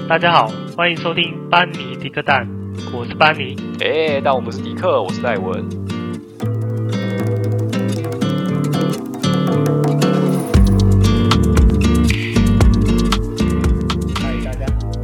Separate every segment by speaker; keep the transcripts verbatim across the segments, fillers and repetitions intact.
Speaker 1: 大家好，欢迎收听班尼迪克蛋，我是班尼。
Speaker 2: 哎、欸，但我不是迪克，我是戴文。
Speaker 1: 嗨，大家好。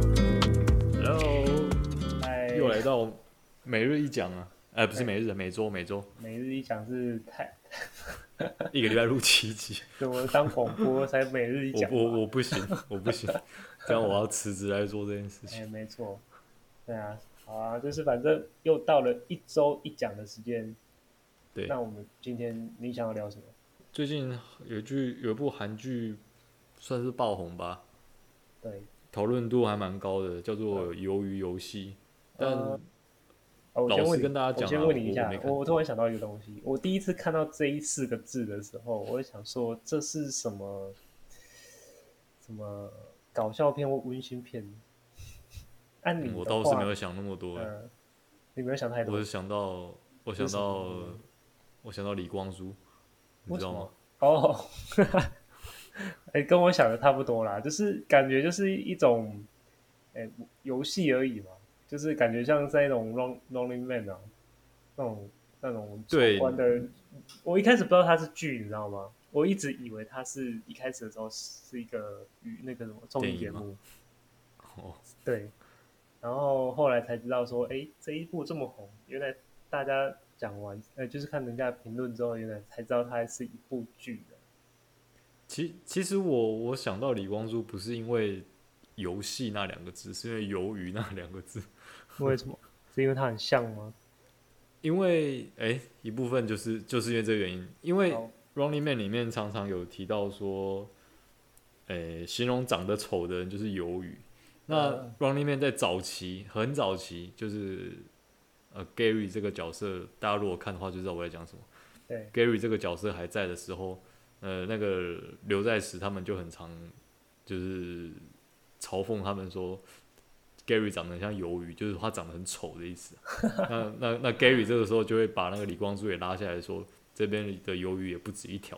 Speaker 3: Hello，
Speaker 1: 嗨，
Speaker 3: 又来到每日一讲啊，哎，不是每日，每周每周。
Speaker 1: 每日一讲是太
Speaker 3: 一个礼拜录七集，
Speaker 1: 怎么当广播才每日一讲？
Speaker 3: 我我我不行，我不行，这样我要辞职来做这件事情。
Speaker 1: 哎，没错，对啊，好啊，就是反正又到了一周一讲的时间。
Speaker 3: 对，
Speaker 1: 那我们今天你想要聊什么？
Speaker 3: 最近有一剧有一部韩剧算是爆红吧，
Speaker 1: 对，
Speaker 3: 讨论度还蛮高的，叫做《鱿鱼游戏》。但、
Speaker 1: 呃哦、我先
Speaker 3: 老实
Speaker 1: 问你，
Speaker 3: 跟大家讲、啊，
Speaker 1: 我先问你一下，
Speaker 3: 我
Speaker 1: 我我突然想到一个东西，我第一次看到这一四个字的时候，我就想说这是什么什么搞笑片或温馨片？按你的话、
Speaker 3: 嗯、我倒是没有想那么多，
Speaker 1: 呃，你没有想太多。
Speaker 3: 我是想到我想到我想到李光洙，你知道吗？
Speaker 1: 哦，哎、欸，跟我想的差不多啦，就是感觉就是一种哎游戏而已嘛，就是感觉像是那种 Running Man 啊，那种那种闯关的。我一开始不知道它是剧，你知道吗？我一直以为它是一开始的时候是一个与那个什么综艺节目。
Speaker 3: 哦，
Speaker 1: 对。然后后来才知道说，哎，这一部这么红，原来大家讲完，呃，就是看人家评论之后，原来才知道它是一部剧的。
Speaker 3: 其其实我我想到李光洙不是因为游戏那两个字，是因为鱿鱼那两个字。
Speaker 1: 为什么？是因为它很像吗？
Speaker 3: 因为哎，一部分就是就是因为这个原因，因为《Running Man》里面常常有提到说，哎，形容长得丑的人就是鱿鱼。那《Running Man》在早期很早期，就是呃 Gary 这个角色，大家如果看的话就知道我在讲什么。
Speaker 1: 对
Speaker 3: ，Gary 这个角色还在的时候，呃，那个刘在石他们就很常就是嘲讽他们说。Gary 长得很像鱿鱼，就是他长得很丑的意思、啊。那那那 Gary 这个时候就会把那个李光洙也拉下来说，这边的鱿鱼也不止一条。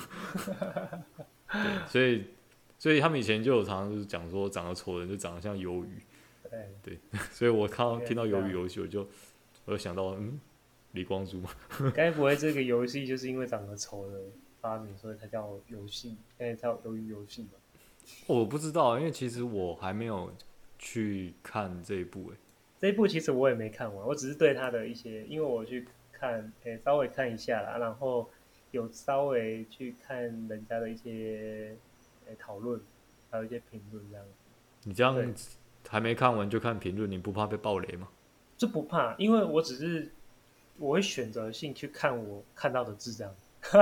Speaker 3: 对，所以所以他们以前就有常常就是讲说，长得丑的人就长得像鱿鱼。对，所以我看到听到鱿鱼游戏，我就我就想到，嗯，李光洙嘛。
Speaker 1: 该不会这个游戏就是因为长得丑的发明，所以才叫游戏，才叫鱿鱼游戏吧？
Speaker 3: 我不知道，因为其实我还没有去看这一部、欸，
Speaker 1: 这一部其实我也没看完，我只是对他的一些，因为我去看，诶，稍微看一下啦，然后有稍微去看人家的一些诶讨论，还有一些评论这样子。
Speaker 3: 你这样还没看完就看评论，你不怕被爆雷吗？
Speaker 1: 这不怕，因为我只是我会选择性去看我看到的字这样。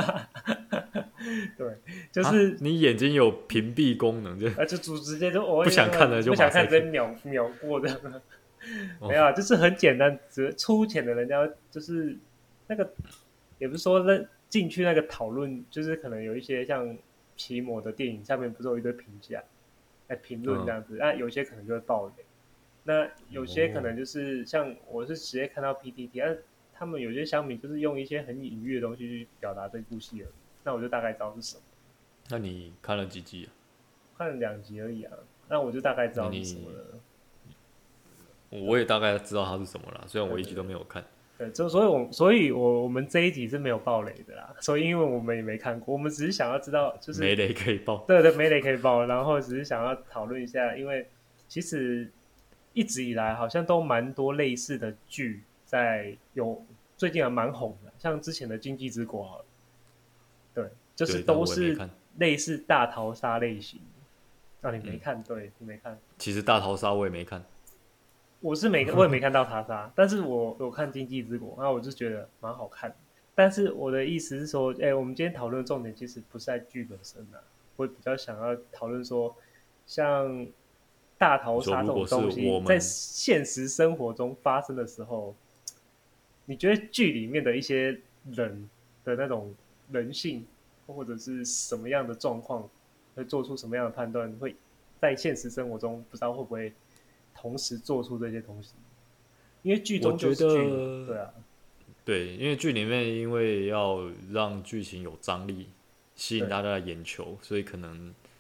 Speaker 1: 对，就是、
Speaker 3: 啊、你眼睛有屏蔽功能，就
Speaker 1: 呃，就直接就我
Speaker 3: 不想看了就
Speaker 1: 不想看，直接秒秒过的。没有啊，就是很简单，只粗浅的，人家就是那个，也不是说那进去那个讨论，就是可能有一些像奇摩的电影下面不是有一堆评价来评论这样子，那、嗯啊、有些可能就会爆雷，那有些可能就是像我是直接看到 P T T， 但、啊、他们有些乡民就是用一些很隐喻的东西去表达这部戏而已，那我就大概知道是什么。
Speaker 3: 那你看了几集啊？
Speaker 1: 看了两集而已啊，那我就大概知道是什么了。
Speaker 3: 我也大概知道它是什么了，虽然我一集都没有看。
Speaker 1: 对，就所以我，我所以我我们这一集是没有爆雷的啦。所以，因为我们也没看过，我们只是想要知道，就是
Speaker 3: 没雷可以爆。
Speaker 1: 对对，没雷可以爆。然后只是想要讨论一下，因为其实一直以来好像都蛮多类似的剧在有，最近还蛮红的，像之前的《经济之国》好了，对，就是都是类似大逃杀类型。啊，你没看、嗯？对，你没看。
Speaker 3: 其实大逃杀我也没看。
Speaker 1: 我是没，我也没看到他杀，但是我有看《经济之国》，然后我就觉得蛮好看的。但是我的意思是说，哎，我们今天讨论重点其实不是在剧本身啊，我比较想要讨论说，像大逃杀这种东西，在现实生活中发生的时候，你觉得剧里面的一些人的那种人性，或者是什么样的状况，会做出什么样的判断，会在现实生活中不知道会不会同时做出这些东西，因为剧中就是剧，对啊，
Speaker 3: 对，因为剧里面因为要让剧情有张力，吸引大家的眼球，所以可能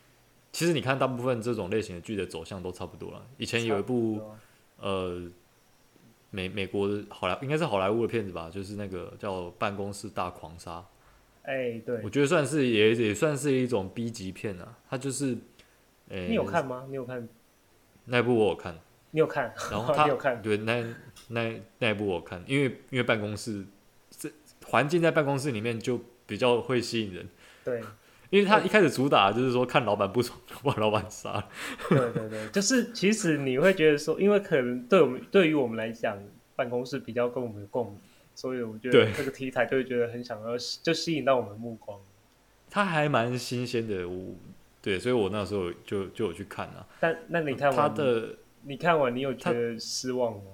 Speaker 3: 其实你看大部分这种类型的剧的走向都差不多了。以前有一部呃美美国的好莱应该是好莱坞的片子吧，就是那个叫《办公室大狂杀》。
Speaker 1: 哎、欸，对，
Speaker 3: 我觉得算是也也算是一种 B 级片啊。它就是，欸、
Speaker 1: 你有看吗？你有看？
Speaker 3: 那部我有看。
Speaker 1: 你有看？
Speaker 3: 然后他
Speaker 1: 你有看？
Speaker 3: 对那那那部我有看，因为因为办公室这环境在办公室里面就比较会吸引人。
Speaker 1: 对。
Speaker 3: 因为他一开始主打就是说看老板不爽就把老板杀了。
Speaker 1: 对对对，就是其实你会觉得说，因为可能对我们对于我们来讲，办公室比较跟我们有共鸣，所以我觉得这个题材就会觉得很想要，就吸引到我们目光。
Speaker 3: 他还蛮新鲜的，我对，所以我那时候就就有去看啊。
Speaker 1: 但那你看完
Speaker 3: 他的，
Speaker 1: 你看完你有觉得失望吗？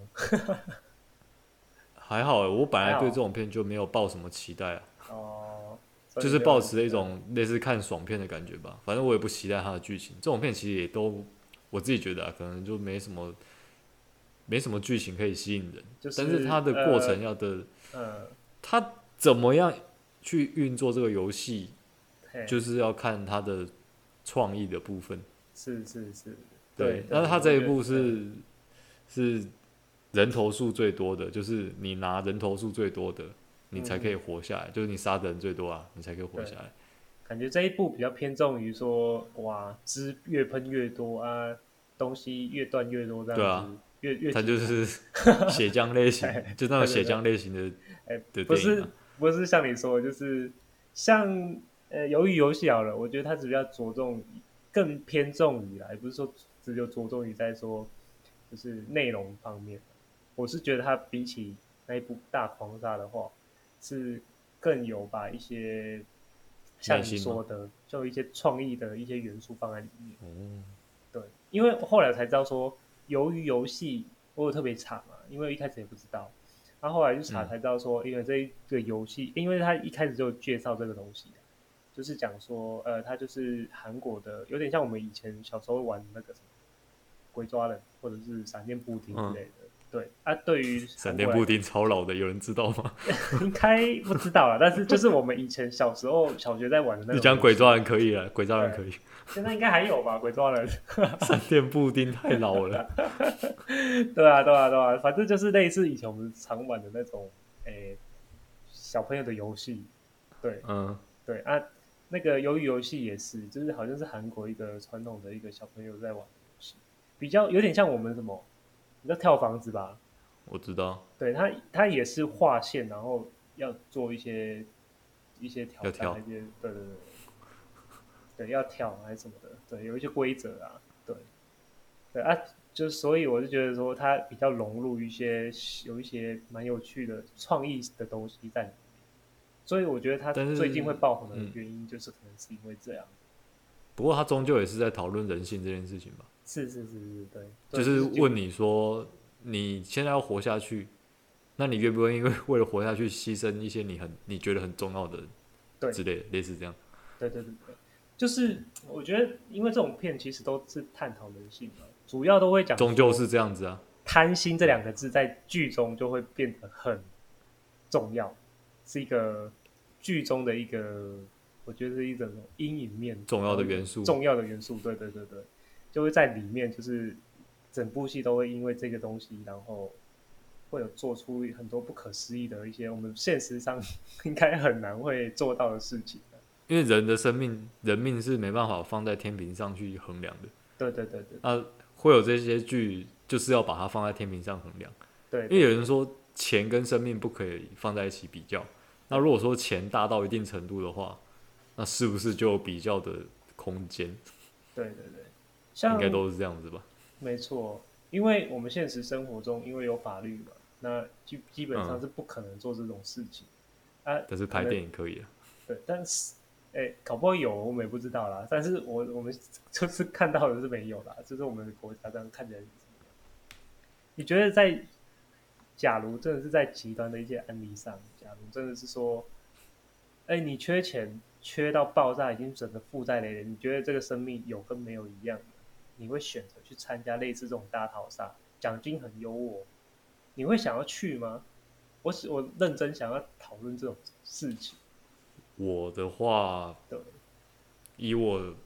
Speaker 3: 还好，我本来对这种片就没有抱什么期待啊。
Speaker 1: 哦。
Speaker 3: 就是抱持一种类似看爽片的感觉吧，反正我也不期待它的剧情。这种片其实也都我自己觉得啊，可能就没什么没什么剧情可以吸引人，
Speaker 1: 就是、
Speaker 3: 但是它的过程要的，
Speaker 1: 呃，
Speaker 3: 它怎么样去运作这个游戏，就是要看它的创意的部分。
Speaker 1: 是是是，
Speaker 3: 对。但是它这一部是是人头数最多的，就是你拿人头数最多的。你才可以活下来，嗯、就是你杀的人最多啊，你才可以活下来。
Speaker 1: 感觉这一部比较偏重于说，哇，汁越喷越多啊，东西越断越多这样子。对啊，越越
Speaker 3: 它就是血浆类型，就那种血浆类型的
Speaker 1: 哎、
Speaker 3: 的电影、啊。
Speaker 1: 不是不是像你说的，就是像呃鱿鱼游戏好了，我觉得它只比较着重，更偏重于啦，也不是说只有着重于在说就是内容方面。我是觉得它比起那一部大狂杀的话。是更有把一些像你说的，就一些创意的一些元素放在里面。
Speaker 3: 嗯、
Speaker 1: 对，因为后来才知道说，鱿鱼游戏我有特别查嘛，因为一开始也不知道，然后后来去查才知道说，因为这一个游戏，因为他一开始就介绍这个东西，就是讲说，呃，它就是韩国的，有点像我们以前小时候玩那个什么鬼抓人或者是闪电布丁之类的。嗯对啊，对于
Speaker 3: 闪电布丁超老的，有人知道吗？
Speaker 1: 应该不知道啦，但是就是我们以前小时候小学在玩的那种。
Speaker 3: 你讲鬼抓人可以了，鬼抓人可以。
Speaker 1: 现在应该还有吧，鬼抓人。
Speaker 3: 闪电布丁太老了。
Speaker 1: 对啊，对啊，对啊，反正就是类似以前我们常玩的那种，诶，小朋友的游戏。对，嗯，对啊，那个鱿鱼游戏也是，就是好像是韩国一个传统的一个小朋友在玩的游戏，比较有点像我们什么。你知道跳房子吧？
Speaker 3: 我知道。
Speaker 1: 对，他他也是画线，然后要做一些一些挑战，那些对对对，对要跳还是什么的，对，有一些规则啊，对对啊，就所以我就觉得说，它比较融入一些有一些蛮有趣的创意的东西在里面，所以我觉得他最近会爆红的原因，就是可能是因为这样。
Speaker 3: 不过他终究也是在讨论人性这件事情吧？
Speaker 1: 是是是是，对，
Speaker 3: 就是问你说，你现在要活下去，那你愿不愿意为了活下去牺牲一些你很你觉得很重要的人之类的，类似这样？
Speaker 1: 对对对对，就是我觉得，因为这种片其实都是探讨人性嘛，主要都会讲，
Speaker 3: 终究是这样子啊。
Speaker 1: 贪心这两个字在剧中就会变得很重要，是一个剧中的一个，我觉得是一种阴影面
Speaker 3: 重要的元素，
Speaker 1: 重要的元素，对对对对。就会在里面，就是整部戏都会因为这个东西，然后会有做出很多不可思议的一些我们现实上应该很难会做到的事情。
Speaker 3: 因为人的生命、人命是没办法放在天平上去衡量的。
Speaker 1: 对对对对。
Speaker 3: 那会有这些剧，就是要把它放在天平上衡量。
Speaker 1: 对。
Speaker 3: 因为有人说钱跟生命不可以放在一起比较。那如果说钱大到一定程度的话，那是不是就有比较的空间？
Speaker 1: 对对对。
Speaker 3: 应该都是这样子吧？
Speaker 1: 没错，因为我们现实生活中因为有法律嘛，那基基本上是不可能做这种事情。嗯、啊，
Speaker 3: 但是拍电影可以啊。
Speaker 1: 对，但是，哎、欸，搞不好有，我们也不知道啦。但是我我们就是看到的是没有啦，就是我们的国家这样看起来是怎么样？你觉得在，假如真的是在极端的一些案例上，假如真的是说，哎、欸，你缺钱缺到爆炸，已经整个负债累累，你觉得这个生命有跟没有一样？你会选择去参加类似这种大逃杀，奖金很优渥，你会想要去吗？我我认真想要讨论这种事情。
Speaker 3: 我的话，
Speaker 1: 对，
Speaker 3: 以我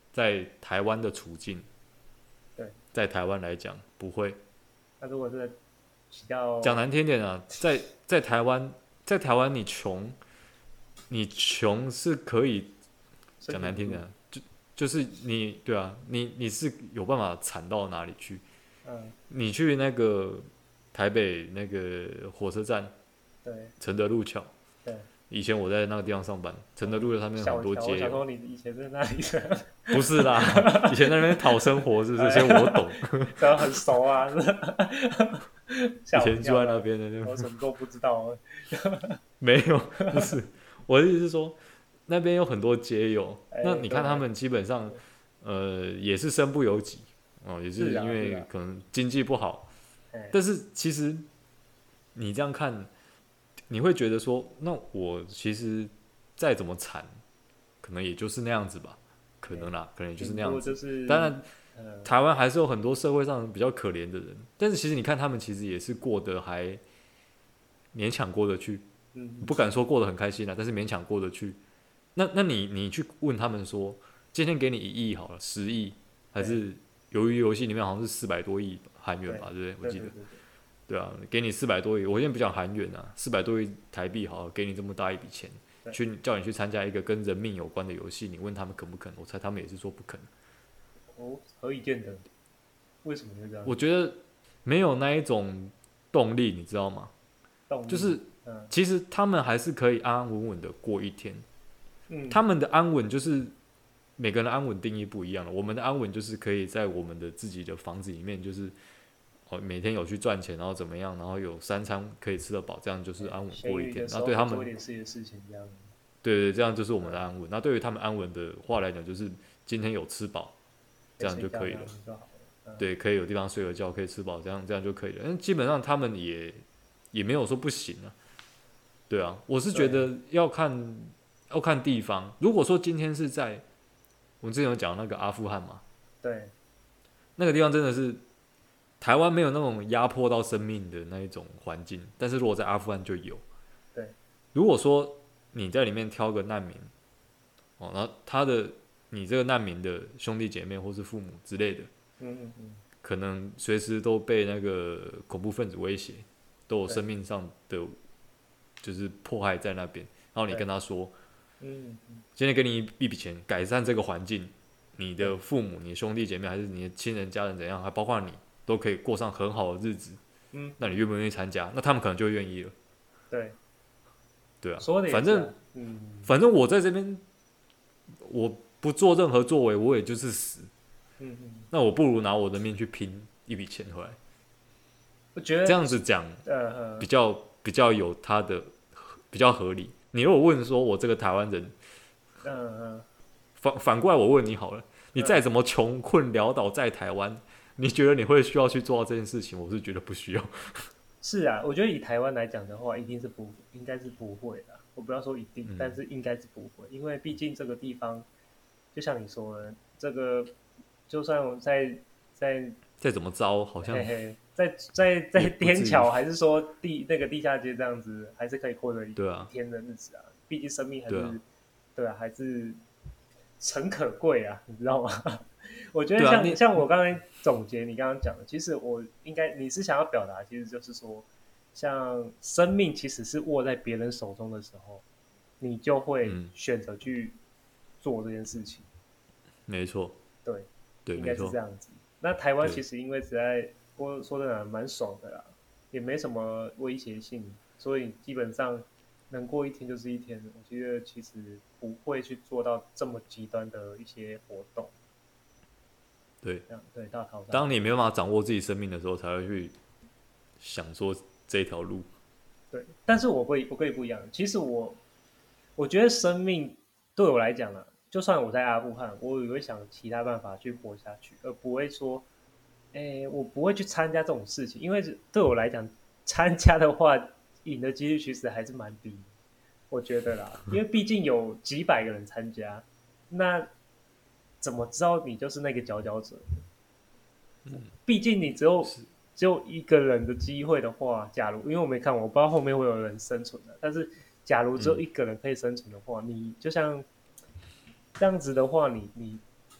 Speaker 3: 在台湾的处境，
Speaker 1: 对，
Speaker 3: 在台湾来讲不会。
Speaker 1: 那如果是比较
Speaker 3: 讲难听点啊，在在台湾，在台湾你穷，你穷是可以讲难听点、啊，就就是你对啊，你你是有办法惨到哪里去？
Speaker 1: 嗯，
Speaker 3: 你去那个台北那个火车站，
Speaker 1: 对，
Speaker 3: 承德路桥，
Speaker 1: 对，
Speaker 3: 以前我在那个地方上班，承德路上面很多街友。
Speaker 1: 我想说你以前在那里的，
Speaker 3: 不是啦，以前在那边讨生活是不是？所以我懂。
Speaker 1: 这样很熟啊。
Speaker 3: 以前住在那边的，
Speaker 1: 我什么都不知道。
Speaker 3: 没有，不是。我的意思是说，那边有很多街友，
Speaker 1: 欸、
Speaker 3: 那你看他们基本上，呃，也是身不由己哦，也是因为可能经济不好。
Speaker 1: 欸、
Speaker 3: 但是其实你这样看，你会觉得说，那我其实再怎么惨，可能也就是那样子吧，可能啦，欸、可能也就是那样子。
Speaker 1: 就是、
Speaker 3: 当然。台湾还是有很多社会上比较可怜的人，但是其实你看他们其实也是过得还勉强过得去，
Speaker 1: 嗯、
Speaker 3: 不敢说过得很开心啦，但是勉强过得去。那那你你去问他们说，今天给你一亿好了，十亿还是鱿鱼游戏里面好像是四百多亿韩元吧，对不对？我记得，
Speaker 1: 对, 对, 对, 对,
Speaker 3: 对啊，给你四百多亿，我现在不讲韩元啊，四百多亿台币好了，给你这么大一笔钱，去叫你去参加一个跟人命有关的游戏，你问他们肯不肯？我猜他们也是说不肯。
Speaker 1: 哦，何以见得？为什么会这样？
Speaker 3: 我觉得没有那一种动力，你知道吗？
Speaker 1: 动力
Speaker 3: 就是、嗯，其实他们还是可以安安稳稳的过一天。
Speaker 1: 嗯，
Speaker 3: 他们的安稳就是每个人的安稳定义不一样了。我们的安稳就是可以在我们的自己的房子里面，就是哦每天有去赚钱，然后怎么样，然后有三餐可以吃得饱，这样就是安稳过一天。那对他们
Speaker 1: 做一点自己的事情，这样。
Speaker 3: 对对，这样就是我们的安稳。那对于他们安稳的话来讲，就是今天有吃饱。这样就可以了，
Speaker 1: 嗯、
Speaker 3: 对，可以有地方睡个觉，可以吃饱，这样这样就可以了。但基本上他们也也没有说不行啊，对啊，我是觉得要看要看地方。如果说今天是在我们之前有讲那个阿富汗嘛，
Speaker 1: 对，
Speaker 3: 那个地方真的是台湾没有那种压迫到生命的那一种环境，但是如果在阿富汗就有。
Speaker 1: 对，
Speaker 3: 如果说你在里面挑个难民，哦，然后他的。你这个难民的兄弟姐妹或是父母之类的，
Speaker 1: 嗯嗯嗯，
Speaker 3: 可能随时都被那个恐怖分子威胁，都有生命上的就是迫害在那边。然后你跟他说，
Speaker 1: 嗯，
Speaker 3: 今天给你一笔钱，改善这个环境，你的父母、你的兄弟姐妹还是你的亲人家人怎样，还包括你，都可以过上很好的日子。
Speaker 1: 嗯，
Speaker 3: 那你愿不愿意参加？那他们可能就愿意了。
Speaker 1: 对，
Speaker 3: 对啊，
Speaker 1: 说的也是啊、
Speaker 3: 反正，
Speaker 1: 嗯，
Speaker 3: 反正我在这边，我。不做任何作为，我也就是死。
Speaker 1: 嗯嗯，
Speaker 3: 那我不如拿我的命去拼一笔钱回来。
Speaker 1: 我觉得
Speaker 3: 这样子讲，
Speaker 1: 呃，
Speaker 3: 比较比较有它的比较合理。你如果问说我这个台湾人，
Speaker 1: 嗯嗯，
Speaker 3: 反反过来我问你好了，你再怎么穷困潦倒在台湾，你觉得你会需要去做到这件事情？我是觉得不需要。
Speaker 1: 是啊，我觉得以台湾来讲的话，一定是不，应该是不会的。我不要说一定，
Speaker 3: 嗯、
Speaker 1: 但是应该是不会，因为毕竟这个地方。就像你说的，这个就算我在在
Speaker 3: 再怎么糟，好像
Speaker 1: 嘿嘿在在在天桥，还是说地那个地下街这样子，还是可以过着一,、啊、一天的日子啊。毕竟生命还是对 啊, 对啊，还是诚可贵啊，你知道吗？我觉得像、啊、像我刚才总结你刚刚讲的，其实我应该你是想要表达，其实就是说，像生命其实是握在别人手中的时候，你就会选择去。做这件事情，
Speaker 3: 没错，
Speaker 1: 对，
Speaker 3: 对，
Speaker 1: 应该是这样子。那台湾其实因为实在，我说真的蛮爽的啦，也没什么威胁性，所以基本上能过一天就是一天。我觉得其实不会去做到这么极端的一些活动。
Speaker 3: 对，
Speaker 1: 对，大逃杀。
Speaker 3: 当你没办法掌握自己生命的时候，才会去想说这条路。
Speaker 1: 对，但是我会我跟你不一样，其实我我觉得生命。对我来讲啊，就算我在阿富汗，我也会想其他办法去活下去，而不会说，哎，我不会去参加这种事情，因为对我来讲，参加的话，赢的几率其实还是蛮低，我觉得啦，因为毕竟有几百个人参加，那怎么知道你就是那个佼佼者？嗯，毕竟你只有只有一个人的机会的话，假如因为我没看完，我不知道后面会有人生存的，但是。假如只有一个人可以生存的话，嗯、你就像这样子的话，你你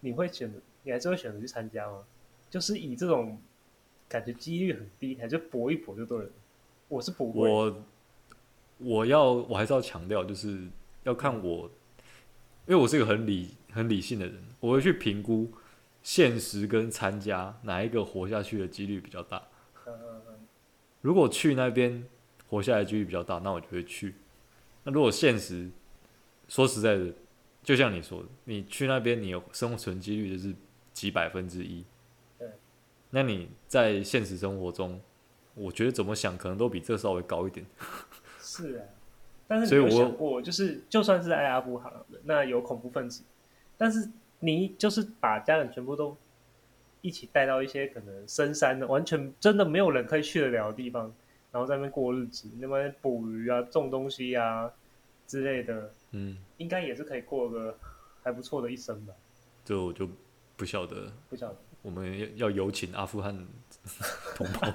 Speaker 1: 你会选择，你还是会选择去参加吗？就是以这种感觉几率很低，还是搏一搏就对了。我是不会。
Speaker 3: 我我要我还是要强调，就是要看我，因为我是一个很理很理性的人，我会去评估现实跟参加哪一个活下去的几率比较大。
Speaker 1: 嗯嗯嗯。
Speaker 3: 如果去那边活下来的几率比较大，那我就会去。那如果现实，说实在的，就像你说的，你去那边你有生存几率就是几百分之一。
Speaker 1: 对。
Speaker 3: 那你在现实生活中，我觉得怎么想可能都比这稍微高一点。
Speaker 1: 是啊，但是你有想过，就是就算是在阿富汗的，那有恐怖分子，但是你就是把家人全部都一起带到一些可能深山的，完全真的没有人可以去得了的地方，然后在那边过日子，那边捕鱼啊、种东西啊之类的，
Speaker 3: 嗯，
Speaker 1: 应该也是可以过个还不错的一生吧。
Speaker 3: 这我就不晓得，
Speaker 1: 不晓得。
Speaker 3: 我们要有请阿富汗同胞。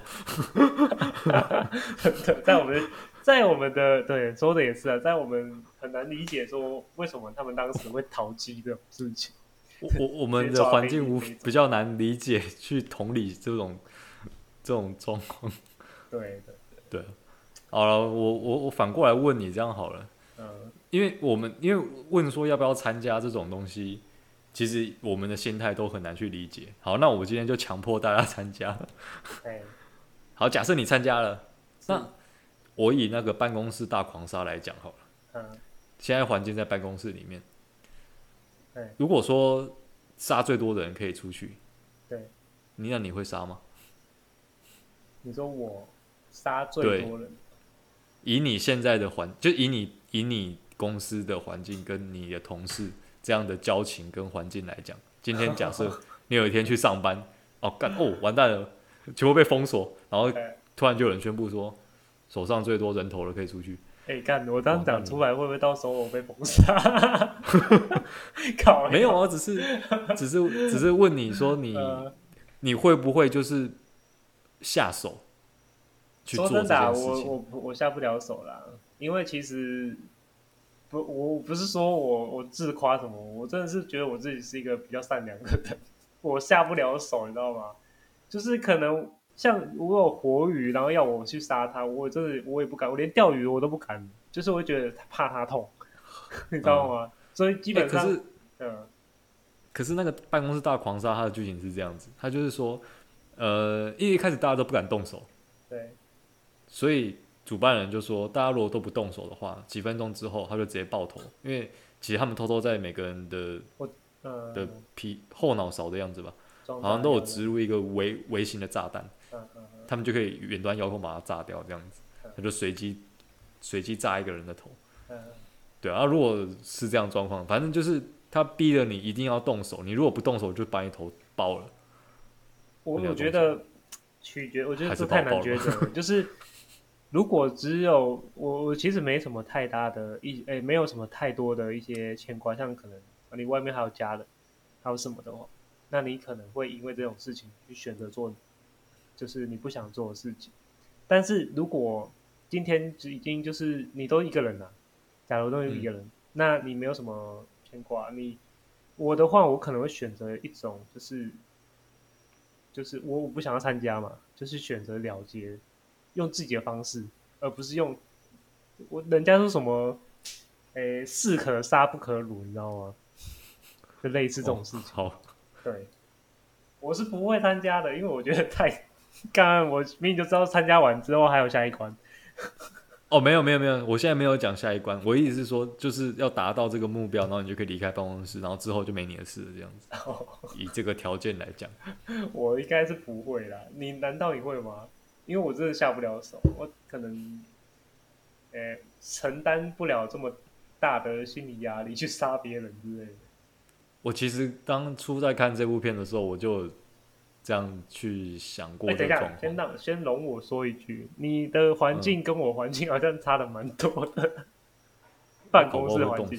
Speaker 1: 在我们，在我们的对说的也是啊，在我们很难理解说为什么他们当时会淘机这种事情。
Speaker 3: 我我我们的环境无比较难理解，去同理这种这种状况。
Speaker 1: 对对
Speaker 3: 对，好了，我我我反过来问你这样好了，
Speaker 1: 嗯，
Speaker 3: 因为我们因为问说要不要参加这种东西，其实我们的心态都很难去理解。好，那我今天就强迫大家参加。
Speaker 1: 哎，
Speaker 3: 好，假设你参加了，那我以那个办公室大狂杀来讲好了。
Speaker 1: 嗯，
Speaker 3: 现在环境在办公室里面，
Speaker 1: 对，
Speaker 3: 如果说杀最多的人可以出去，
Speaker 1: 对，
Speaker 3: 你那你会杀吗？
Speaker 1: 你说我杀最多人，
Speaker 3: 以你现在的环，就以你以你公司的环境跟你的同事这样的交情跟环境来讲，今天假设你有一天去上班，哦干哦完蛋了，全部被封锁，然后突然就有人宣布说手上最多人头了可以出去。
Speaker 1: 哎、欸，干！我这样讲出来，会不会到时候我被封杀？靠！
Speaker 3: 没有啊，只是只是只是问你说你、呃、你会不会就是下手去做这件事情？
Speaker 1: 说真的、啊，我我我下不了手啦，因为其实不，我不是说我我自夸什么，我真的是觉得我自己是一个比较善良的人，我下不了手，你知道吗？就是可能。像如果有活鱼，然后要我去杀它，我真的我也不敢，我连钓鱼我都不敢，就是我会觉得怕它痛，你知道吗？嗯、所以基本上，
Speaker 3: 欸、可是，
Speaker 1: 嗯，
Speaker 3: 可是那个办公室大狂杀，它的剧情是这样子，它就是说，呃，因为一开始大家都不敢动手，
Speaker 1: 对，
Speaker 3: 所以主办人就说，大家如果都不动手的话，几分钟之后他就直接爆头，因为其实他们偷偷在每个人的
Speaker 1: 呃
Speaker 3: 的皮后脑勺的样子吧，好像都有植入一个微微型的炸弹。他们就可以远端遥控把它炸掉，这样子，他就随机随机炸一个人的头。对啊，如果是这样状况，反正就是他逼了你一定要动手，你如果不动手就把你头包了。
Speaker 1: 我我觉得取决，我觉得这太难抉择了。就是如果只有我，我其实没什么太大的一诶、欸，没有什么太多的一些牵挂，像可能你外面还有家人，还有什么的话，那你可能会因为这种事情去选择做。就是你不想做的事情，但是如果今天已经就是你都一个人了，假如都一个人，嗯、那你没有什么牵挂。你我的话，我可能会选择一种，就是就是我我不想要参加嘛，就是选择了结，用自己的方式，而不是用我人家说什么，诶，士可杀不可辱，你知道吗？就类似这种事情。
Speaker 3: 哦、好，
Speaker 1: 对，我是不会参加的，因为我觉得太。刚刚我明明就知道参加完之后还有下一关。
Speaker 3: 哦，没有没有没有，我现在没有讲下一关，我意思是说就是要达到这个目标，然后你就可以离开办公室，然后之后就没你的事了，这样子。哦、以这个条件来讲，
Speaker 1: 我应该是不会啦。你难道你会吗？因为我真的下不了手，我可能，呃，承担不了这么大的心理压力去杀别人之类的。
Speaker 3: 我其实当初在看这部片的时候，我就。这样去想过的状况。
Speaker 1: 先让先容我说一句，你的环境跟我环境好像差的蛮多的，嗯、办公室环境。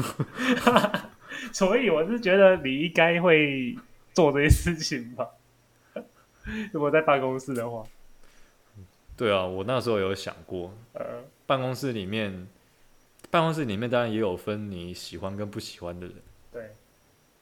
Speaker 1: 所以我是觉得你应该会做这些事情吧，如果在办公室的话。
Speaker 3: 对啊，我那时候有想过，呃，办公室里面，办公室里面当然也有分你喜欢跟不喜欢的人。
Speaker 1: 对。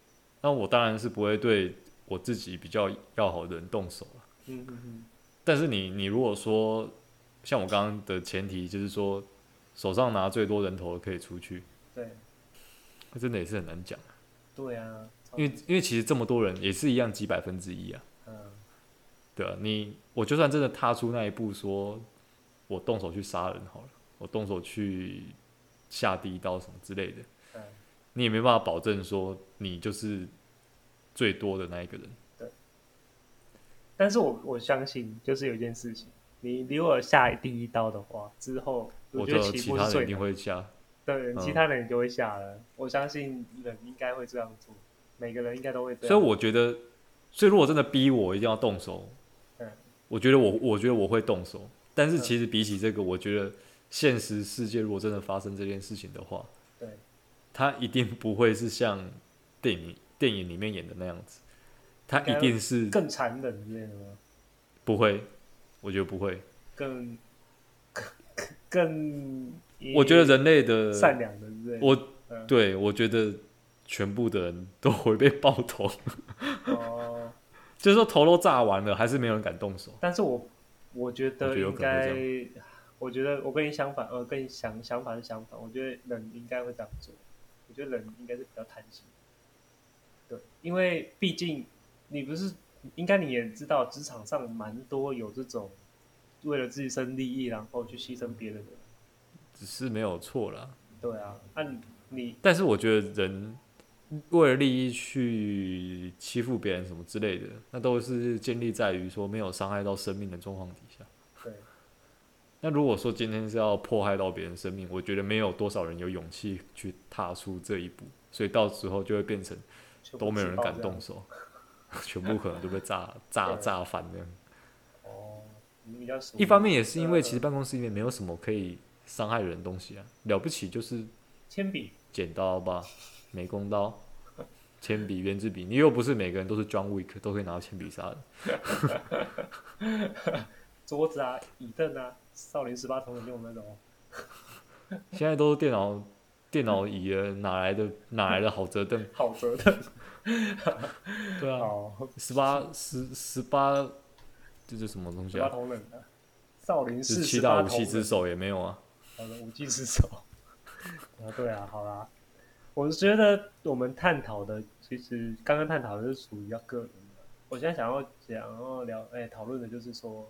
Speaker 3: 那我当然是不会对我自己比较要好的人动手了。
Speaker 1: 嗯嗯嗯。
Speaker 3: 但是你你如果说像我刚刚的前提，就是说手上拿最多人头的可以出去，
Speaker 1: 对，
Speaker 3: 那真的也是很难讲。
Speaker 1: 对啊，
Speaker 3: 因为因为其实这么多人也是一样几百分之一啊。
Speaker 1: 嗯，
Speaker 3: 对啊，你我就算真的踏出那一步，说我动手去杀人好了，我动手去下第一刀什么之类的，
Speaker 1: 嗯，
Speaker 3: 你也没办法保证说你就是最多的那一个人。
Speaker 1: 对。但是我我相信，就是有一件事情，你如果下第一刀的话，之后
Speaker 3: 我
Speaker 1: 觉得
Speaker 3: 就其他人一定
Speaker 1: 起步是最难。
Speaker 3: 会下。
Speaker 1: 对，
Speaker 3: 嗯
Speaker 1: 其他人就会下了。我相信人应该会这样做，每个人应该都会这样。
Speaker 3: 所以我觉得，所以如果真的逼我一定要动手，
Speaker 1: 嗯，
Speaker 3: 我觉得我我觉得我会动手。但是
Speaker 1: 嗯
Speaker 3: 其实比起这个，我觉得现实世界如果真的发生这件事情的话，
Speaker 1: 对，
Speaker 3: 它一定不会是像电影电影里面演的那样子，它一定是
Speaker 1: 更残忍之类的吗？
Speaker 3: 不会，我觉得不会。
Speaker 1: 更更更，
Speaker 3: 我觉得人类的
Speaker 1: 善良的之类的。
Speaker 3: 我、
Speaker 1: 嗯、
Speaker 3: 对我觉得全部的人都会被爆头。
Speaker 1: 哦，
Speaker 3: 就是说头都炸完了，还是没有人敢动手。
Speaker 1: 但是我我觉得应该，
Speaker 3: 我
Speaker 1: 觉得我跟你相反，呃，跟你想想法是相反。我觉得人应该会这样做。我觉得人应该是比较贪心，对，因为毕竟你不是，应该你也知道，职场上蛮多有这种为了自身利益然后去牺牲别人的，
Speaker 3: 只是没有错啦。
Speaker 1: 对啊，那、啊、你，
Speaker 3: 但是我觉得人为了利益去欺负别人什么之类的，那都是建立在于说没有伤害到生命的状况底下。
Speaker 1: 对。
Speaker 3: 那如果说今天是要迫害到别人生命，我觉得没有多少人有勇气去踏出这一步，所以到时候就会变成都没有人敢动手，全部可能都被炸炸炸翻这样。
Speaker 1: 哦，你比较熟。
Speaker 3: 一方面也是因为其实办公室里面没有什么可以伤害人的东西啊，了不起就是
Speaker 1: 铅笔、
Speaker 3: 剪刀吧、美工刀、铅笔、圆珠笔，你又不是每个人都是 John Wick 都可以拿到铅笔杀人。
Speaker 1: 桌子啊、椅凳啊，少林十八铜人用那种。
Speaker 3: 现在都是电脑电脑椅了，哪来的哪来的好折凳？
Speaker 1: 好折凳。
Speaker 3: 对啊，十八十十八，这是什么东西啊？
Speaker 1: 十八铜人啊，少林寺
Speaker 3: 七大武器之首也没有啊。
Speaker 1: 好的，武器之首。啊，对啊，好啦，我觉得我们探讨的，其实刚刚探讨的是属于比较个人的。我现在想要想要聊，哎，讨论的就是说。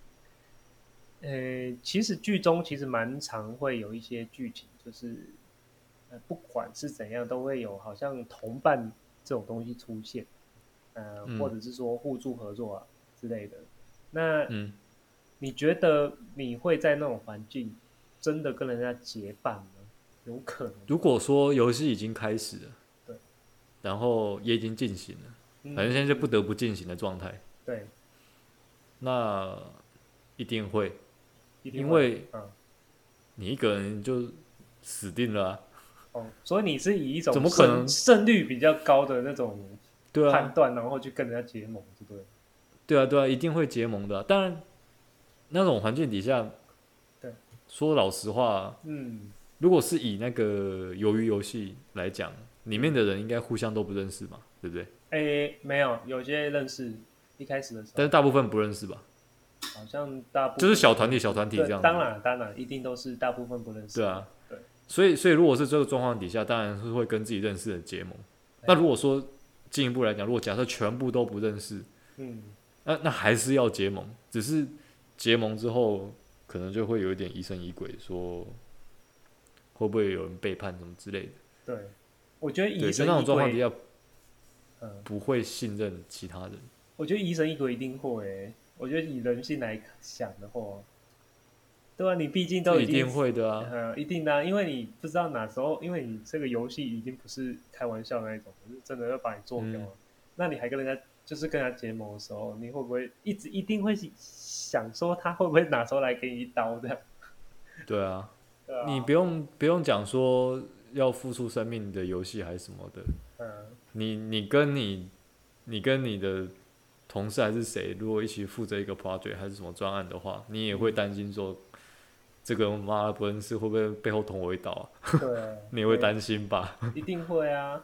Speaker 1: 呃，其实剧中其实蛮常会有一些剧情，就是呃，不管是怎样，都会有好像同伴这种东西出现，呃，嗯、或者是说互助合作啊之类的。那，嗯，你觉得你会在那种环境真的跟人家结伴吗？有可能。
Speaker 3: 如果说游戏已经开始了，
Speaker 1: 对，
Speaker 3: 然后也已经进行了，嗯、反正现在就不得不进行的状态，
Speaker 1: 对，
Speaker 3: 那一定会。因
Speaker 1: 为
Speaker 3: 你一个人就死定了啊！
Speaker 1: 哦，所以你是以一种
Speaker 3: 怎么可能
Speaker 1: 胜率比较高的那种判断，
Speaker 3: 啊、
Speaker 1: 然后去跟人家结盟，对不对？
Speaker 3: 对啊，对啊，一定会结盟的、啊。当然，那种环境底下，
Speaker 1: 对，
Speaker 3: 说老实话，嗯，如果是以那个鱿鱼游戏来讲，里面的人应该互相都不认识嘛，对不对？
Speaker 1: 诶，没有，有些认识，一开始的时候，
Speaker 3: 但是大部分不认识吧？
Speaker 1: 好像大部分
Speaker 3: 就是小团体、小团体这样子。
Speaker 1: 当然，当然，一定都是大部分不认识。
Speaker 3: 对啊，
Speaker 1: 对。
Speaker 3: 所以，所以如果是这个状况底下，当然是会跟自己认识的结盟。那如果说进一步来讲，如果假设全部都不认识，嗯，那那还是要结盟，只是结盟之后，可能就会有一点疑神疑鬼，说会不会有人背叛什么之类的。
Speaker 1: 对，我觉得疑神疑鬼，
Speaker 3: 就那种状况底下，嗯，不会信任其他人。
Speaker 1: 我觉得疑神疑鬼一定会、欸。我觉得以人性来想的话，对啊，你毕竟都已经
Speaker 3: 一定会的啊，
Speaker 1: 呃，一定的、啊，因为你不知道哪时候，因为你这个游戏已经不是开玩笑的那一种，是真的要把你做掉了、嗯。那你还跟人家就是跟人家结盟的时候，你会不会一直一定会想说他会不会哪时候来给你一刀这样？
Speaker 3: 对啊，
Speaker 1: 对啊，
Speaker 3: 你不用不用讲说要付出生命的游戏还是什么的，嗯，你你跟你你跟你的。同事还是谁，如果一起负责一个 project 还是什么专案的话，你也会担心说，这个妈的不认识会不会背后捅我一刀啊？
Speaker 1: 对，
Speaker 3: 你也会担心吧？
Speaker 1: 一定会啊。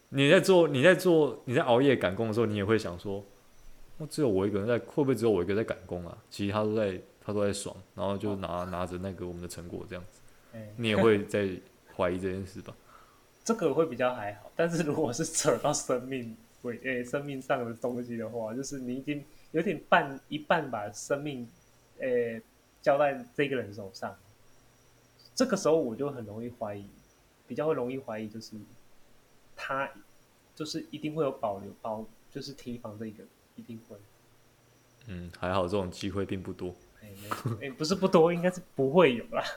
Speaker 3: 你在做你在做你在熬夜赶工的时候，你也会想说，哦，只有我一个人在，会不会只有我一个人在赶工啊？其实他都在他都在爽，然后就拿拿着那个我们的成果这样子，
Speaker 1: 欸、
Speaker 3: 你也会在怀疑这件事吧？
Speaker 1: 这个会比较还好，但是如果是扯到生命为诶、欸、生命上的东西的话，就是你已经有点半一半把生命诶、欸、交在这个人手上，这个时候我就很容易怀疑，比较会容易怀疑，就是他就是一定会有保留保，就是提防这个一定会。
Speaker 3: 嗯，还好这种机会并不多。
Speaker 1: 哎、欸欸，不是不多，应该是不会有啦。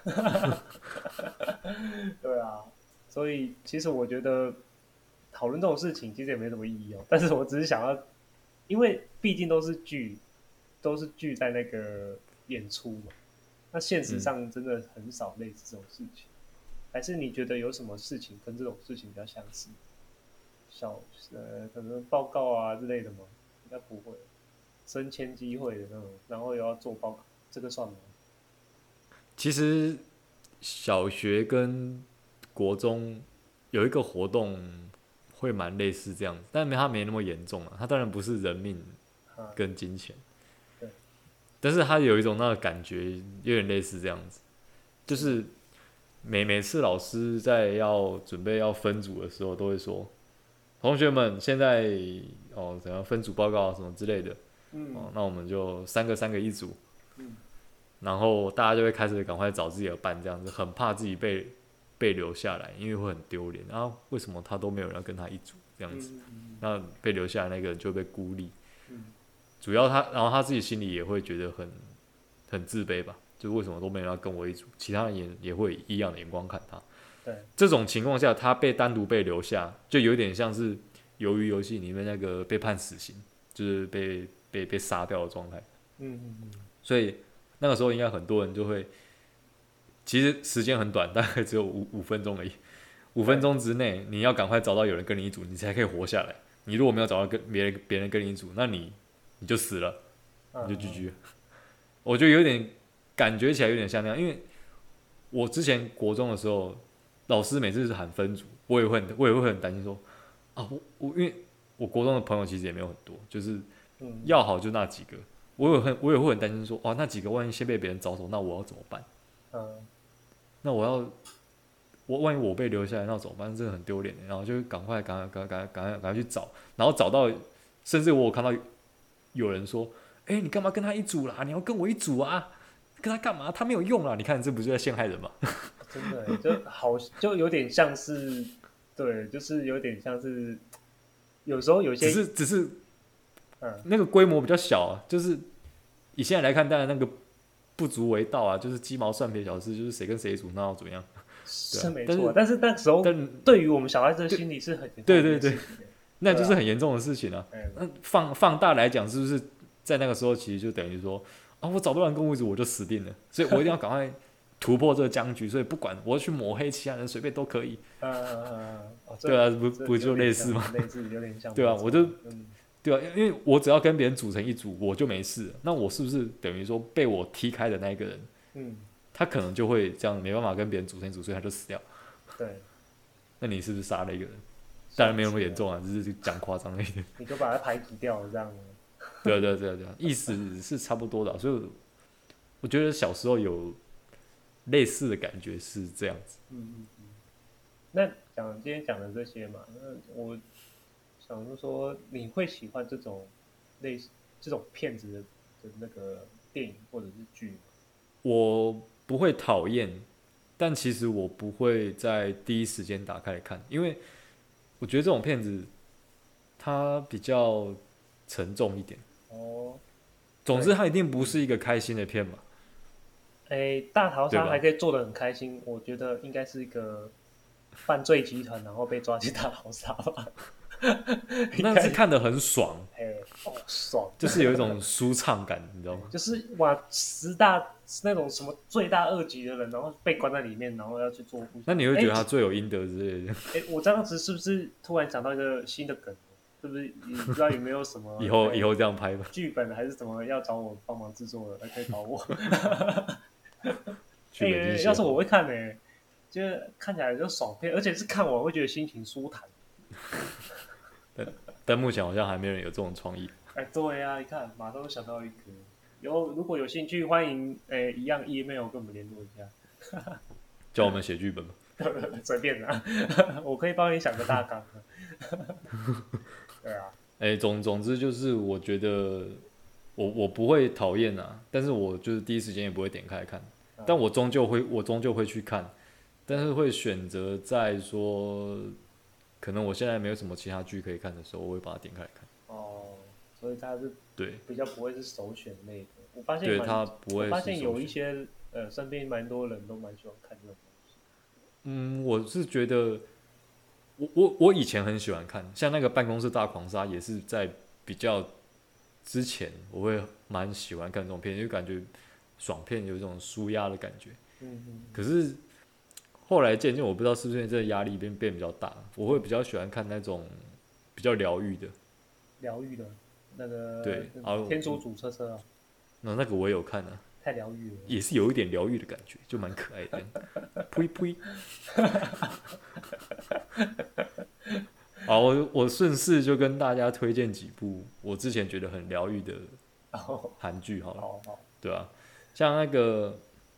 Speaker 1: 对啊，所以其实我觉得讨论这种事情其实也没什么意义哦。但是我只是想要，因为毕竟都是剧，都是剧在那个演出嘛，那现实上真的很少类似这种事情。嗯、还是你觉得有什么事情跟这种事情比较相似？小呃，可能报告啊之类的吗？应该不会。升迁机会的那种，然后又要做报告，这个算吗？
Speaker 3: 其实小学跟国中有一个活动会蛮类似这样子，但它没那么严重啊。它当然不是人命跟金钱，
Speaker 1: 对，
Speaker 3: 但是它有一种那个感觉，有点类似这样子，就是每每次老师在要准备要分组的时候，都会说，同学们现在哦怎样分组报告啊什么之类的。嗯哦、那我们就三个三个一组，嗯，然后大家就会开始赶快找自己的伴，这样子，很怕自己被被留下来，因为会很丢脸。然后为什么他都没有人要跟他一组这样子？嗯、那被留下来那个人就被孤立，嗯，主要他，然后他自己心里也会觉得很很自卑吧，就为什么都没人要跟我一组，其他人也也会以异样的眼光看他。
Speaker 1: 对，
Speaker 3: 这种情况下，他被单独被留下，就有点像是鱿鱼游戏里面那个被判死刑，就是被。被被杀掉的状态，嗯嗯嗯，所以那个时候应该很多人就会，其实时间很短，大概只有五五分钟而已，五分钟之内你要赶快找到有人跟你一组，你才可以活下来。你如果没有找到跟别人别人跟你一组，那你你就死了，你就 G G 了。我觉得有点感觉起来有点像那样，因为我之前国中的时候，老师每次是喊分组，我也会很我也会很担心说，啊我我因为我国中的朋友其实也没有很多，就是。要好就那几个，我也很我也会很担心说，哇，那几个万一先被别人找走，那我要怎么办？嗯，那我要我万一我被留下来，那怎么办？真的很丢脸的。然后就赶快赶快赶快赶快赶快赶快去找，然后找到，甚至我有看到有人说，哎、欸，你干嘛跟他一组啦？你要跟我一组啊？跟他干嘛？他没有用啦！你看这不是在陷害人吗？
Speaker 1: 真的就好，就有点像是，对，就是有点像是，有时候有些
Speaker 3: 只是只是。嗯、那个规模比较小、啊，就是以现在来看，当然那个不足为道啊，就是鸡毛蒜皮小事，就是谁跟谁组，那要怎么样？
Speaker 1: 是没错，但是那时候对于我们小孩子的心理是很严重的
Speaker 3: 对对对，那就是很严重的事情啊。那、啊、放放大来讲，是不是在那个时候其实就等于说啊，我找不到人跟我一组，我就死定了，所以我一定要赶快突破这个僵局，所以不管我要去抹黑其他人，随便都可以。嗯嗯嗯嗯，对啊，不不就类似吗？
Speaker 1: 类似有点像。
Speaker 3: 对啊，我就。嗯对啊，因为我只要跟别人组成一组，我就没事。那我是不是等于说被我踢开的那一个人，嗯，他可能就会这样没办法跟别人组成一组，所以他就死掉。
Speaker 1: 对，
Speaker 3: 那你是不是杀了一个人？当然没有那么严重啊，只是讲夸张了一点。
Speaker 1: 你就把他排挤掉了，这样。
Speaker 3: 对啊对啊对啊对啊，意思是差不多的、啊，所以我觉得小时候有类似的感觉是这样子。
Speaker 1: 嗯嗯嗯。那讲今天讲的这些嘛，那我。想说说你会喜欢这种类似这种骗子的的那个电影或者是剧吗？
Speaker 3: 我不会讨厌，但其实我不会在第一时间打开来看，因为我觉得这种片子它比较沉重一点。哦，总之它一定不是一个开心的片嘛。
Speaker 1: 哎，大逃杀还可以做得很开心，我觉得应该是一个犯罪集团，然后被抓去大逃杀吧。
Speaker 3: 那是看得很爽，
Speaker 1: 哎、哦，爽，
Speaker 3: 就是有一种舒畅感，你知道吗？
Speaker 1: 就是哇，十大那种什么罪大恶极的人，然后被关在里面，然后要去做。
Speaker 3: 那你会觉得他罪有应得之类的？
Speaker 1: 哎，我这样子是不是突然想到一个新的梗？是不是？你不知道有没有什么
Speaker 3: 以后以后这样拍吧？
Speaker 1: 剧本还是什么要找我帮忙制作的，可以找我。
Speaker 3: 哎、欸，
Speaker 1: 要是我会看呢、欸，就是看起来就爽片，而且是看完会觉得心情舒坦。
Speaker 3: 但但目前好像还没有人有这种创意。
Speaker 1: 哎，对啊，你看，马上就想到一个。有如果有兴趣，欢迎诶一样 email 跟我们联络一下，
Speaker 3: 叫我们写剧本吧。
Speaker 1: 随便啦，我可以帮你想个大纲。对啊，
Speaker 3: 哎，总总之就是我觉得我我不会讨厌啊，但是我就是第一时间也不会点开看，
Speaker 1: 嗯、
Speaker 3: 但我终究会我终究会去看，但是会选择在说可能我现在没有什么其他剧可以看的时候，我会把它点开来看。
Speaker 1: 哦，所以它是
Speaker 3: 对
Speaker 1: 比较不会是首选类的。我发现
Speaker 3: 对它不会是首选。
Speaker 1: 我发现有一些呃身边蛮多人都蛮喜欢看这种东西。
Speaker 3: 嗯，我是觉得我我我以前很喜欢看，像那个办公室大狂杀也是在比较之前，我会蛮喜欢看这种片，就感觉爽片有一种舒压的感觉。
Speaker 1: 嗯嗯。
Speaker 3: 可是后来渐渐，我不知道是不是这个压力变变比较大，我会比较喜欢看那种比较疗愈的。
Speaker 1: 疗愈的，那个
Speaker 3: 对，
Speaker 1: 天竺鼠车车啊。
Speaker 3: 那那个我也有看啊。
Speaker 1: 太疗愈了，
Speaker 3: 也是有一点疗愈的感觉，就蛮可爱的。呸呸。好，我我顺势就跟大家推荐几部我之前觉得很疗愈的韩剧好了，
Speaker 1: 好好
Speaker 3: 对啊，像那个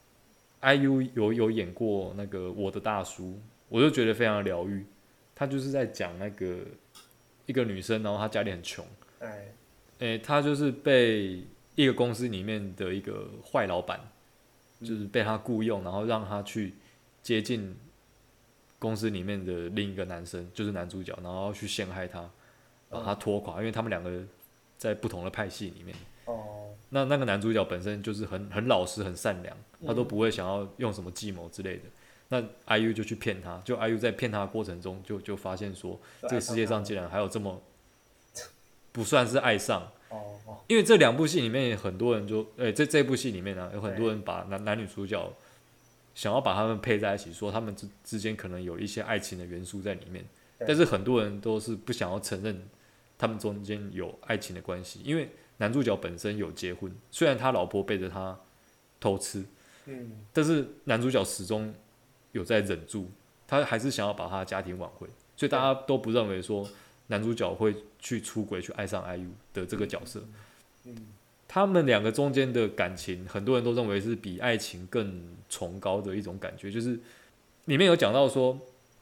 Speaker 3: I U 有有演过那个《我的大叔》，我就觉得非常疗愈。他就是在讲那个一个女生，然后她家里很穷，哎，哎，她就是被一个公司里面的一个坏老板，就是被他雇佣，然后让他去接近公司里面的另一个男生，就是男主角，然后去陷害他，把他拖垮，因为他们两个在不同的派系里面。哦。那那个男主角本身就是很很老实、很善良，他都不会想要用什么计谋之类的。那 I U 就去骗他，就 I U 在骗他的过程中就，就就发现说，这个世界上竟然还有这么不算是爱上。因为这两部戏里面很多人就，欸、这这部戏里面呢、啊，有很多人把男男女主角想要把他们配在一起，说他们之之间可能有一些爱情的元素在里面，但是很多人都是不想要承认他们中间有爱情的关系，因为男主角本身有结婚，虽然他老婆背着他偷吃，嗯，但是男主角始终有在忍住，他还是想要把他的家庭挽回，所以大家都不认为说男主角会去出轨去爱上 I U 的这个角色。嗯，他们两个中间的感情，很多人都认为是比爱情更崇高的一种感觉。就是里面有讲到说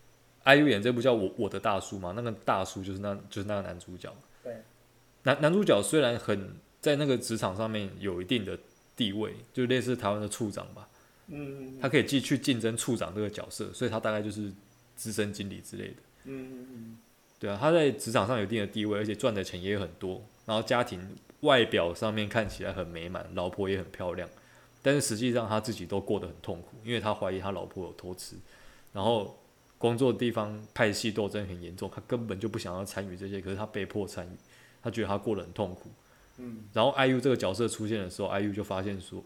Speaker 3: ，I U 演这部叫我我的大叔嘛，那个大叔就是那就是那个男主角。对，男男主角虽然很在那个职场上面有一定的地位，就类似台湾的处长吧。嗯，他可以继续竞争处长这个角色，所以他大概就是资深经理之类的。嗯嗯嗯，对啊，他在职场上有一定的地位，而且赚的钱也很多，然后家庭外表上面看起来很美满，老婆也很漂亮，但是实际上他自己都过得很痛苦，因为他怀疑他老婆有偷吃，然后工作的地方派系斗争很严重，他根本就不想要参与这些，可是他被迫参与，他觉得他过得很痛苦。嗯，然后 I U 这个角色出现的时候 ，I U 就发现说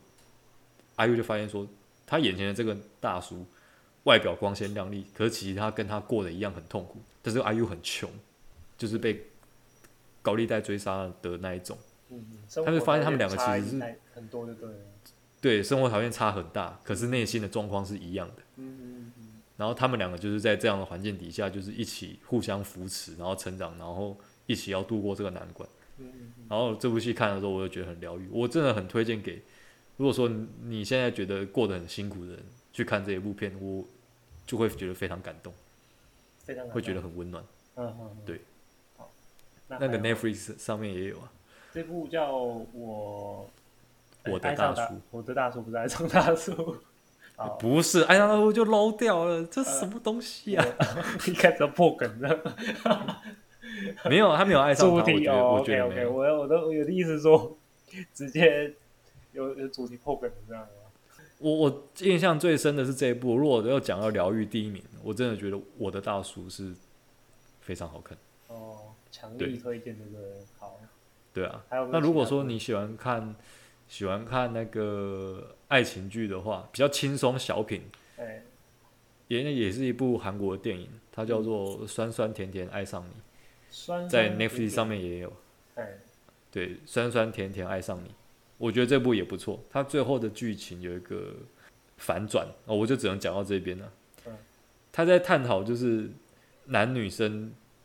Speaker 3: ，I U 就发现说，他眼前的这个大叔外表光鲜亮丽，可是其实他跟他过的一样很痛苦，但是 I U 很穷，就是被高利贷追杀的那一种。嗯，他就发现他们两个其实是
Speaker 1: 很多就对了，
Speaker 3: 对，生活条件差很大，可是内心的状况是一样的。嗯嗯嗯。然后他们两个就是在这样的环境底下，就是一起互相扶持，然后成长，然后一起要度过这个难关。嗯嗯嗯。然后这部戏看的时候，我就觉得很疗愈，我真的很推荐给，如果说你现在觉得过得很辛苦的人去看这一部片，我就会觉得非常感动，
Speaker 1: 非常感动，
Speaker 3: 会觉得很温暖。嗯嗯嗯。对。
Speaker 1: 好，
Speaker 3: 那个 Netflix 上面也有啊。
Speaker 1: 这部叫我
Speaker 3: 我的大叔，
Speaker 1: 我的大叔不是爱上大叔，
Speaker 3: 不是爱上大叔就 low 掉了，这什么东西啊？
Speaker 1: 一开始破梗的，
Speaker 3: 没有，他没有爱上他，
Speaker 1: 主题哦
Speaker 3: 我觉得
Speaker 1: OK OK， 我我的我的意思是说，直接有有主题破梗这样吗？
Speaker 3: 我我印象最深的是这一部，如果要讲到疗愈第一名，我真的觉得我的大叔是非常好看。
Speaker 1: 哦，强力推荐这个好。
Speaker 3: 对啊，那如果说你喜欢看喜欢看那个爱情剧的话，比较轻松小品，欸、也也是一部韩国的电影，它叫做《酸酸甜甜爱上你》，
Speaker 1: 酸酸
Speaker 3: 在 Netflix 上面也有。欸、对，酸酸甜甜爱上你，我觉得这部也不错。它最后的剧情有一个反转，哦，我就只能讲到这边了。嗯、他在探讨就是男女生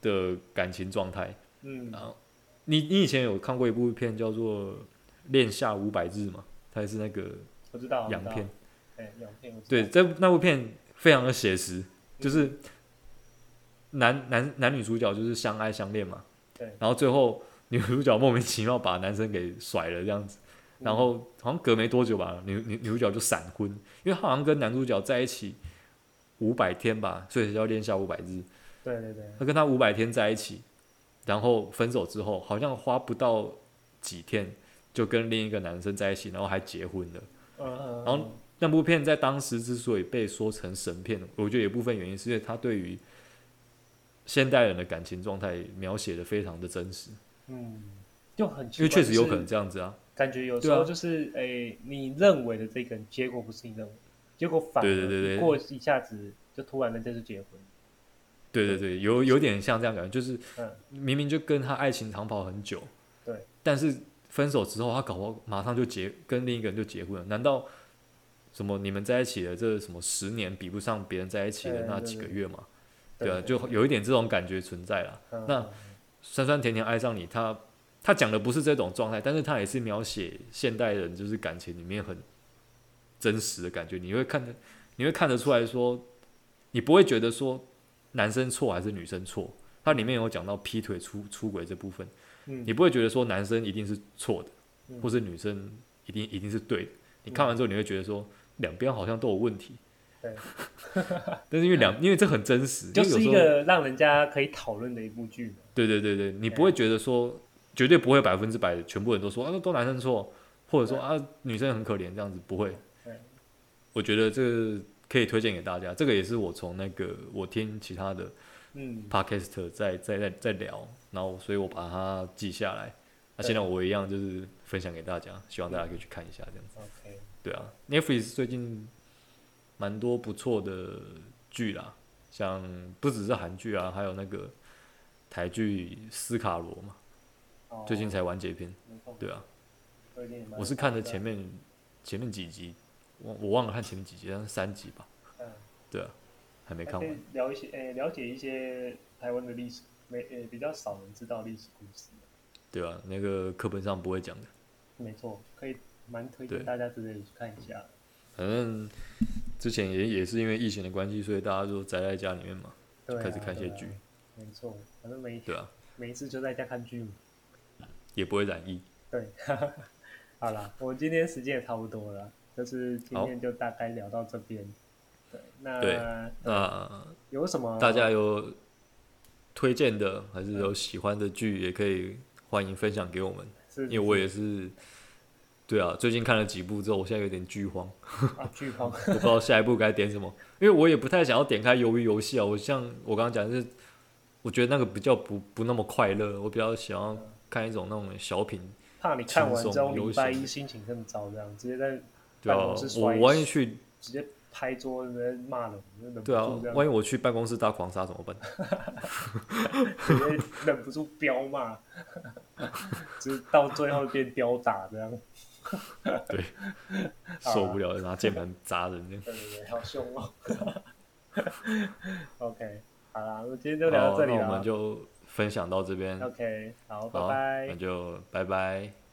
Speaker 3: 的感情状态。
Speaker 1: 嗯，
Speaker 3: 然后你你以前有看过一部片叫做《恋夏五百日》吗？它也是那个
Speaker 1: 我知道
Speaker 3: 洋片。
Speaker 1: 哎，洋片我知道。
Speaker 3: 对，这那部片非常的写实，就是男男男女主角就是相爱相恋嘛。
Speaker 1: 对。
Speaker 3: 然后最后女主角莫名其妙把男生给甩了这样子，然后好像隔没多久吧，女女女主角就闪婚，因为她好像跟男主角在一起五百天吧，所以才叫恋夏五百日。
Speaker 1: 对对对。
Speaker 3: 她跟他五百天在一起，然后分手之后，好像花不到几天就跟另一个男生在一起，然后还结婚了。
Speaker 1: 嗯。
Speaker 3: 然后那部片在当时之所以被说成神片，我觉得有一部分原因是因为它对于现代人的感情状态描写的非常的真实。
Speaker 1: 嗯，就很奇怪，
Speaker 3: 因为确实有可能这样子啊。
Speaker 1: 感觉有时候就是诶、欸，你认为的这个人，结果不是你认为，结果反而过一下子就突然人家就结婚。
Speaker 3: 对对对，有有点像这样感觉，就是明明就跟他爱情长跑很久，
Speaker 1: 对，
Speaker 3: 但是分手之后，他搞不好马上就结跟另一个人就结婚了。难道什么你们在一起的这什么十年比不上别人在一起的那几个月吗？对啊，就有一点这种感觉存在啦。那酸酸甜甜爱上你，他他讲的不是这种状态，但是他也是描写现代人就是感情里面很真实的感觉。你会看得你会看得出来说，你不会觉得说男生错还是女生错。它里面有讲到劈腿出出轨这部分，
Speaker 1: 嗯，
Speaker 3: 你不会觉得说男生一定是错的，嗯，或是女生一定一定是对的。你看完之后，你会觉得说两边好像都有问题。
Speaker 1: 对，
Speaker 3: 但是因为两，因为这很真实，
Speaker 1: 就是一个让人家可以讨论的一部剧。
Speaker 3: 对对对对，你不会觉得说，绝对不会百分之百全部人都说啊都男生错，或者说啊女生很可怜这样子，不会。我觉得这个可以推荐给大家，这个也是我从那个我听其他的嗯 podcast 在在在在聊，然后所以我把它记下来。那现在我一样就是分享给大家，希望大家可以去看一下这样子。
Speaker 1: OK。对
Speaker 3: 啊 ，Netflix 最近蛮多不错的剧啦，像不只是韩剧啊，还有那个台剧《斯卡罗》嘛，哦，最近才完结篇。对啊，我是看了前面前面几集，我我忘了看前面几集，但是三集吧。嗯，对啊，还没看完。
Speaker 1: 聊一些诶，了解一些台湾的历史，没诶比较少人知道历史故事。
Speaker 3: 对啊，那个课本上不会讲的。
Speaker 1: 没错，可以蛮推荐大家直接去看一下。
Speaker 3: 反正之前也也是因为疫情的关系，所以大家就宅在家里面嘛，就开始看一些剧。
Speaker 1: 没错，反正每
Speaker 3: 对啊，
Speaker 1: 每一次就在家看剧嘛，
Speaker 3: 也不会染疫。
Speaker 1: 对，好啦，我们今天时间也差不多了，就是今天就大概聊到这边。对，那
Speaker 3: 对那
Speaker 1: 有什么
Speaker 3: 大家有推荐的，还是有喜欢的剧，也可以欢迎分享给我们，因为我也是。对啊，最近看了几部之后，我现在有点剧荒。
Speaker 1: 啊，剧荒，
Speaker 3: 我不知道下一步该点什么，因为我也不太想要点开鱿鱼游戏啊。我像我刚刚讲的是，我觉得那个比较不不那么快乐，我比较想要看一种那种小品。
Speaker 1: 怕你看完之后礼拜一心情更糟，这样直接在办公室
Speaker 3: 摔。我万一去
Speaker 1: 直接拍桌子骂人，
Speaker 3: 对啊，万一我去办公室大狂杀怎么办？
Speaker 1: 直接忍不住飙骂，直到最后变刁打这样。
Speaker 3: 对，受不了，拿键盘砸人这样。
Speaker 1: 对对对，好凶哦。OK， 好啦，我今天就聊到这里了。
Speaker 3: 那我们就分享到这边。
Speaker 1: OK， 好，拜拜。
Speaker 3: 那就拜拜。